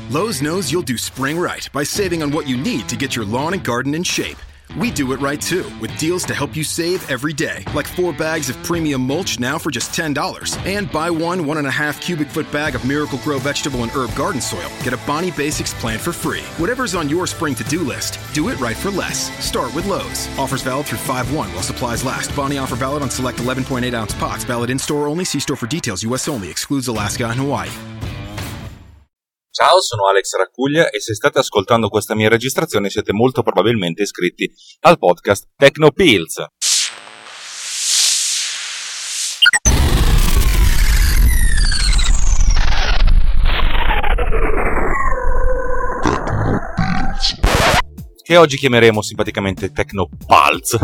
Lowe's knows you'll do spring right by saving on what you need to get your lawn and garden in shape. We do it right too, with deals to help you save every day, like 4 bags of premium mulch now for just $10. And buy 1.5 cubic foot bag of Miracle-Gro vegetable and herb garden soil. Get a Bonnie Basics plant for free. Whatever's on your spring to-do list, do it right for less. Start with Lowe's. Offers valid through 5/1 while supplies last. Bonnie offer valid on select 11.8-ounce pots. Valid in-store only. See store for details. U.S. only. Excludes Alaska and Hawaii. Ciao, sono Alex Raccuglia e se state ascoltando questa mia registrazione siete molto probabilmente iscritti al podcast Techno Pills. Che oggi chiameremo simpaticamente Techno Pulse.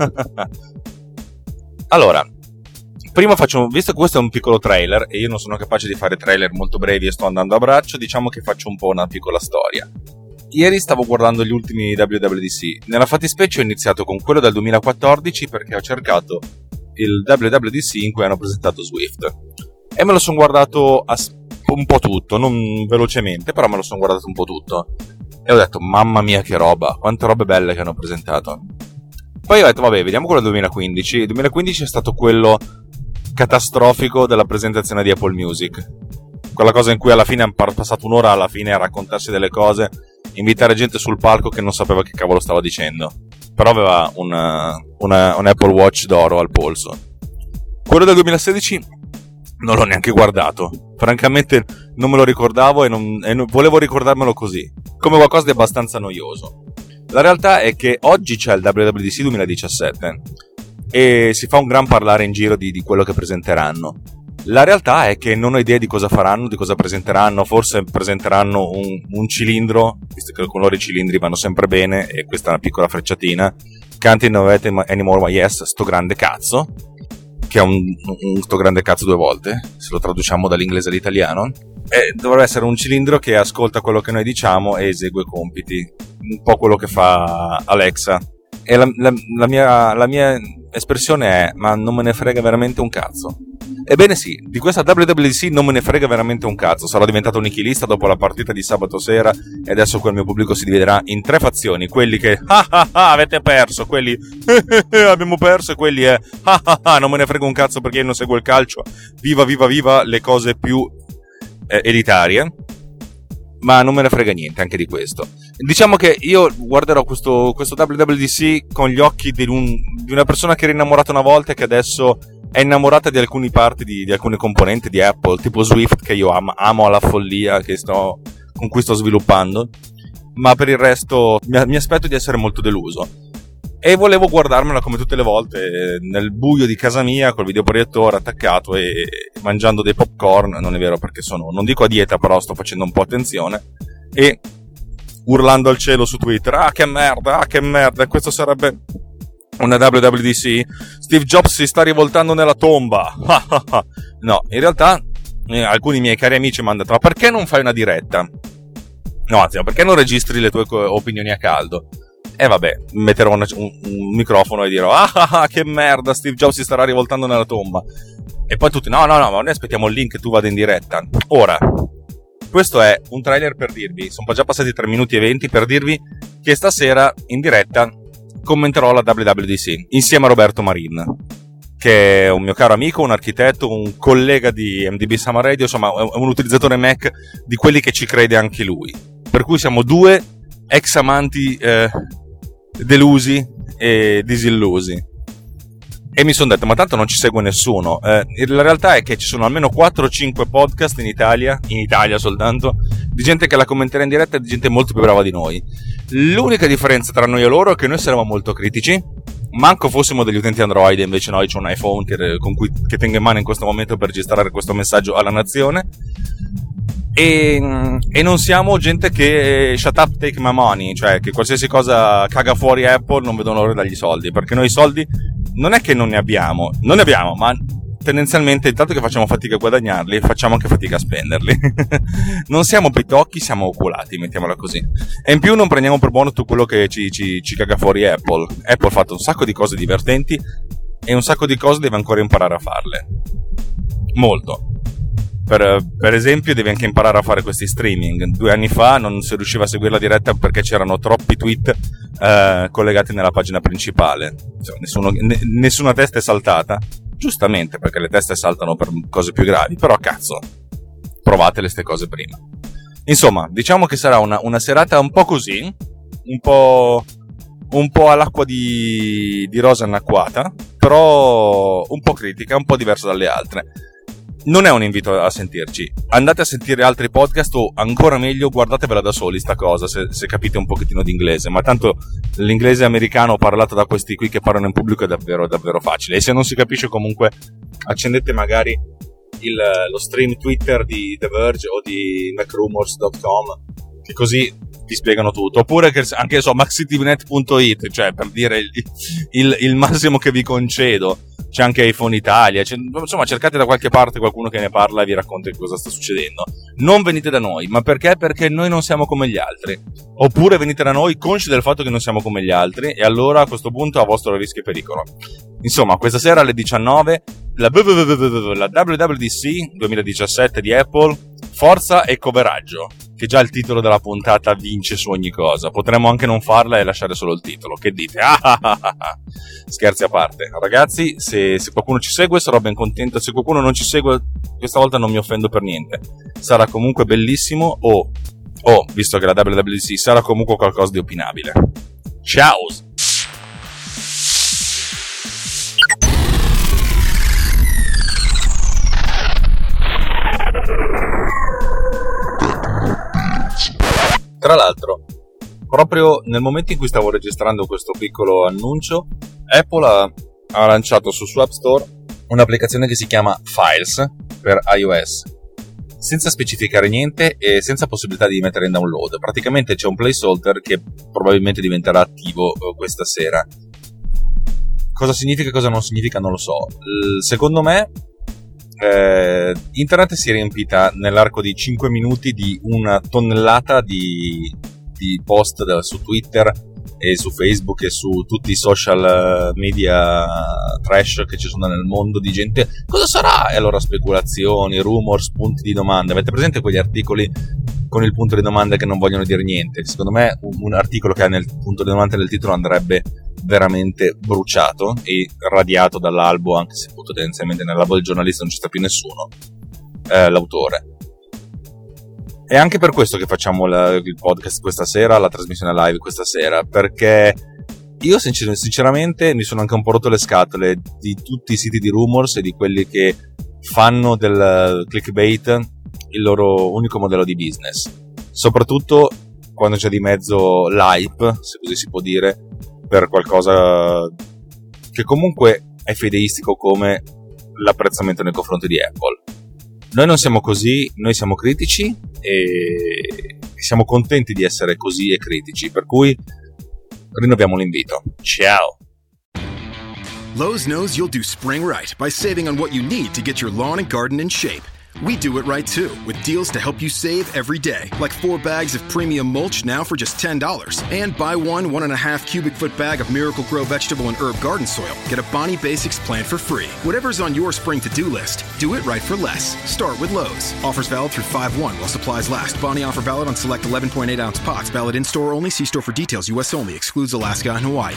Allora, prima visto che questo è un piccolo trailer e io non sono capace di fare trailer molto brevi e sto andando a braccio, diciamo che faccio un po' una piccola storia. Ieri stavo guardando gli ultimi WWDC, nella fattispecie ho iniziato con quello del 2014 perché ho cercato il WWDC in cui hanno presentato Swift e me lo sono guardato un po' tutto, non velocemente, però me lo sono guardato un po' tutto e ho detto mamma mia che roba, quante robe belle che hanno presentato. Poi ho detto vabbè, vediamo quello del 2015. Il 2015 è stato quello catastrofico della presentazione di Apple Music, quella cosa in cui alla fine hanno passato un'ora alla fine a raccontarsi delle cose, invitare gente sul palco che non sapeva che cavolo stava dicendo, però aveva un Apple Watch d'oro al polso. Quello del 2016 non l'ho neanche guardato, francamente non me lo ricordavo e non volevo ricordarmelo così, come qualcosa di abbastanza noioso. La realtà è che oggi c'è il WWDC 2017 e si fa un gran parlare in giro di quello che presenteranno. La realtà è che non ho idea di cosa faranno, di cosa presenteranno. Forse presenteranno un cilindro, visto che con loro i cilindri vanno sempre bene, e questa è una piccola frecciatina. Can't innovate anymore, ma yes, sto grande cazzo, che è un sto grande cazzo 2 volte, se lo traduciamo dall'inglese all'italiano. E dovrebbe essere un cilindro che ascolta quello che noi diciamo e esegue compiti, un po' quello che fa Alexa. E la mia espressione è: ma non me ne frega veramente un cazzo. Ebbene sì, di questa WWDC non me ne frega veramente un cazzo. Sarò diventato un nichilista dopo la partita di sabato sera e adesso quel mio pubblico si dividerà in 3 fazioni: quelli che avete perso, quelli abbiamo perso, e quelli non me ne frega un cazzo perché io non seguo il calcio, viva le cose più elitarie. Ma non me ne frega niente anche di questo. Diciamo che io guarderò questo WWDC con gli occhi di una persona che era innamorata una volta e che adesso è innamorata di alcune parti di alcune componenti di Apple, tipo Swift, che io amo alla follia, con cui sto sviluppando, ma per il resto mi aspetto di essere molto deluso. E volevo guardarmela come tutte le volte nel buio di casa mia col videoproiettore attaccato e mangiando dei popcorn. Non è vero, perché non dico a dieta, però sto facendo un po' attenzione, e urlando al cielo su Twitter: che merda, questo sarebbe una WWDC, Steve Jobs si sta rivoltando nella tomba. No, in realtà alcuni miei cari amici mi hanno detto: ma perché non fai una diretta? No, anzi, perché non registri le tue opinioni a caldo? E vabbè, metterò un microfono e dirò: che merda, Steve Jobs si starà rivoltando nella tomba. E poi tutti: no, ma noi aspettiamo il link e tu vada in diretta. Ora, questo è un trailer per dirvi, sono già passati 3 minuti e 20, per dirvi che stasera in diretta commenterò la WWDC insieme a Roberto Marin, che è un mio caro amico, un architetto, un collega di MDB Summer Radio, insomma è un utilizzatore Mac di quelli che ci crede anche lui. Per cui siamo 2 ex amanti delusi e disillusi. E mi sono detto: ma tanto non ci segue nessuno. La realtà è che ci sono almeno 4-5 podcast in Italia soltanto, di gente che la commenterà in diretta e di gente molto più brava di noi. L'unica differenza tra noi e loro è che noi saremo molto critici, manco fossimo degli utenti Android, invece noi c'ho un iPhone che tengo in mano in questo momento per registrare questo messaggio alla nazione. E non siamo gente che shut up, take my money, cioè che qualsiasi cosa caga fuori Apple non vedono l'ora dagli soldi, perché noi i soldi non è che non ne abbiamo, ma tendenzialmente intanto che facciamo fatica a guadagnarli, facciamo anche fatica a spenderli. Non siamo pitocchi, siamo oculati, mettiamola così. E in più non prendiamo per buono tutto quello che ci caga fuori Apple. Apple ha fatto un sacco di cose divertenti e un sacco di cose deve ancora imparare a farle. Molto. Per esempio devi anche imparare a fare questi streaming. 2 anni fa non si riusciva a seguire la diretta perché c'erano troppi tweet collegati nella pagina principale, cioè, nessuna testa è saltata, giustamente, perché le teste saltano per cose più gravi, però cazzo, provatele ste cose prima. Insomma, diciamo che sarà una serata un po' così, un po' all'acqua di rosa annacquata, però un po' critica, un po' diversa dalle altre. Non è un invito a sentirci, andate a sentire altri podcast o ancora meglio guardatevela da soli sta cosa se capite un pochettino di inglese, ma tanto l'inglese americano parlato da questi qui che parlano in pubblico è davvero davvero facile, e se non si capisce comunque accendete magari lo stream Twitter di The Verge o di macrumors.com, che così ti spiegano tutto, oppure che anche maxcitynet.it, cioè per dire il massimo che vi concedo. C'è anche iPhone Italia, insomma cercate da qualche parte qualcuno che ne parla e vi racconta cosa sta succedendo. Non venite da noi, ma perché? Perché noi non siamo come gli altri, oppure venite da noi consci del fatto che non siamo come gli altri, e allora a questo punto a vostro rischio e pericolo. Insomma, questa sera alle 19 la WWDC 2017 di Apple, forza e coveraggio, che già il titolo della puntata vince su ogni cosa. Potremmo anche non farla e lasciare solo il titolo, che dite? Scherzi a parte, ragazzi, se qualcuno ci segue sarò ben contento, se qualcuno non ci segue questa volta non mi offendo per niente, sarà comunque bellissimo o visto che la WWDC sarà comunque qualcosa di opinabile. Ciao! Tra l'altro, proprio nel momento in cui stavo registrando questo piccolo annuncio, Apple ha lanciato sul suo App Store un'applicazione che si chiama Files per iOS, senza specificare niente e senza possibilità di mettere in download. Praticamente c'è un placeholder che probabilmente diventerà attivo questa sera. Cosa significa e cosa non significa non lo so. Secondo me internet si è riempita nell'arco di 5 minuti di una tonnellata di post su Twitter e su Facebook e su tutti i social media trash che ci sono nel mondo, di gente cosa sarà, e allora speculazioni, rumors, punti di domanda. Avete presente quegli articoli con il punto di domanda che non vogliono dire niente? Secondo me un articolo che ha nel punto di domanda del titolo andrebbe veramente bruciato e radiato dall'albo, anche se potenzialmente nell'albo del giornalista non ci sta più nessuno, l'autore. È anche per questo che facciamo il podcast questa sera, la trasmissione live questa sera, perché io sinceramente mi sono anche un po' rotto le scatole di tutti i siti di rumors e di quelli che fanno del clickbait il loro unico modello di business, soprattutto quando c'è di mezzo l'hype, se così si può dire, per qualcosa che comunque è fideistico come l'apprezzamento nei confronti di Apple. Noi non siamo così, noi siamo critici e siamo contenti di essere così e critici, per cui rinnoviamo l'invito. Ciao! Lowe's knows you'll do spring right by saving on what you need to get your lawn and garden in shape. We do it right too, with deals to help you save every day, like 4 bags of premium mulch now for just $10, and buy 1.5 cubic foot bag of Miracle-Gro vegetable and herb garden soil. Get a Bonnie Basics plant for free. Whatever's on your spring to-do list, do it right for less. Start with Lowe's. Offers valid through 5/1 while supplies last. Bonnie offer valid on select 11.8 ounce pots. Valid in store only. See store for details. U.S. only. Excludes Alaska and Hawaii.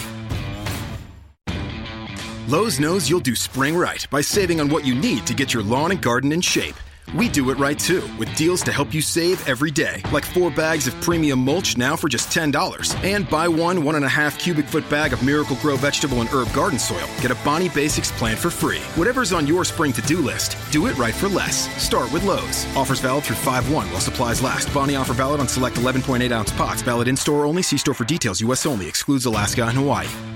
Lowe's knows you'll do spring right by saving on what you need to get your lawn and garden in shape. We do it right too, with deals to help you save every day, like 4 bags of premium mulch now for just $10, and buy 1.5 cubic foot bag of Miracle-Gro vegetable and herb garden soil. Get a Bonnie Basics plant for free. Whatever's on your spring to-do list, do it right for less. Start with Lowe's. Offers valid through 5/1 while supplies last. Bonnie offer valid on select 11.8 ounce pots. Valid in store only. See store for details. U.S. only. Excludes Alaska and Hawaii.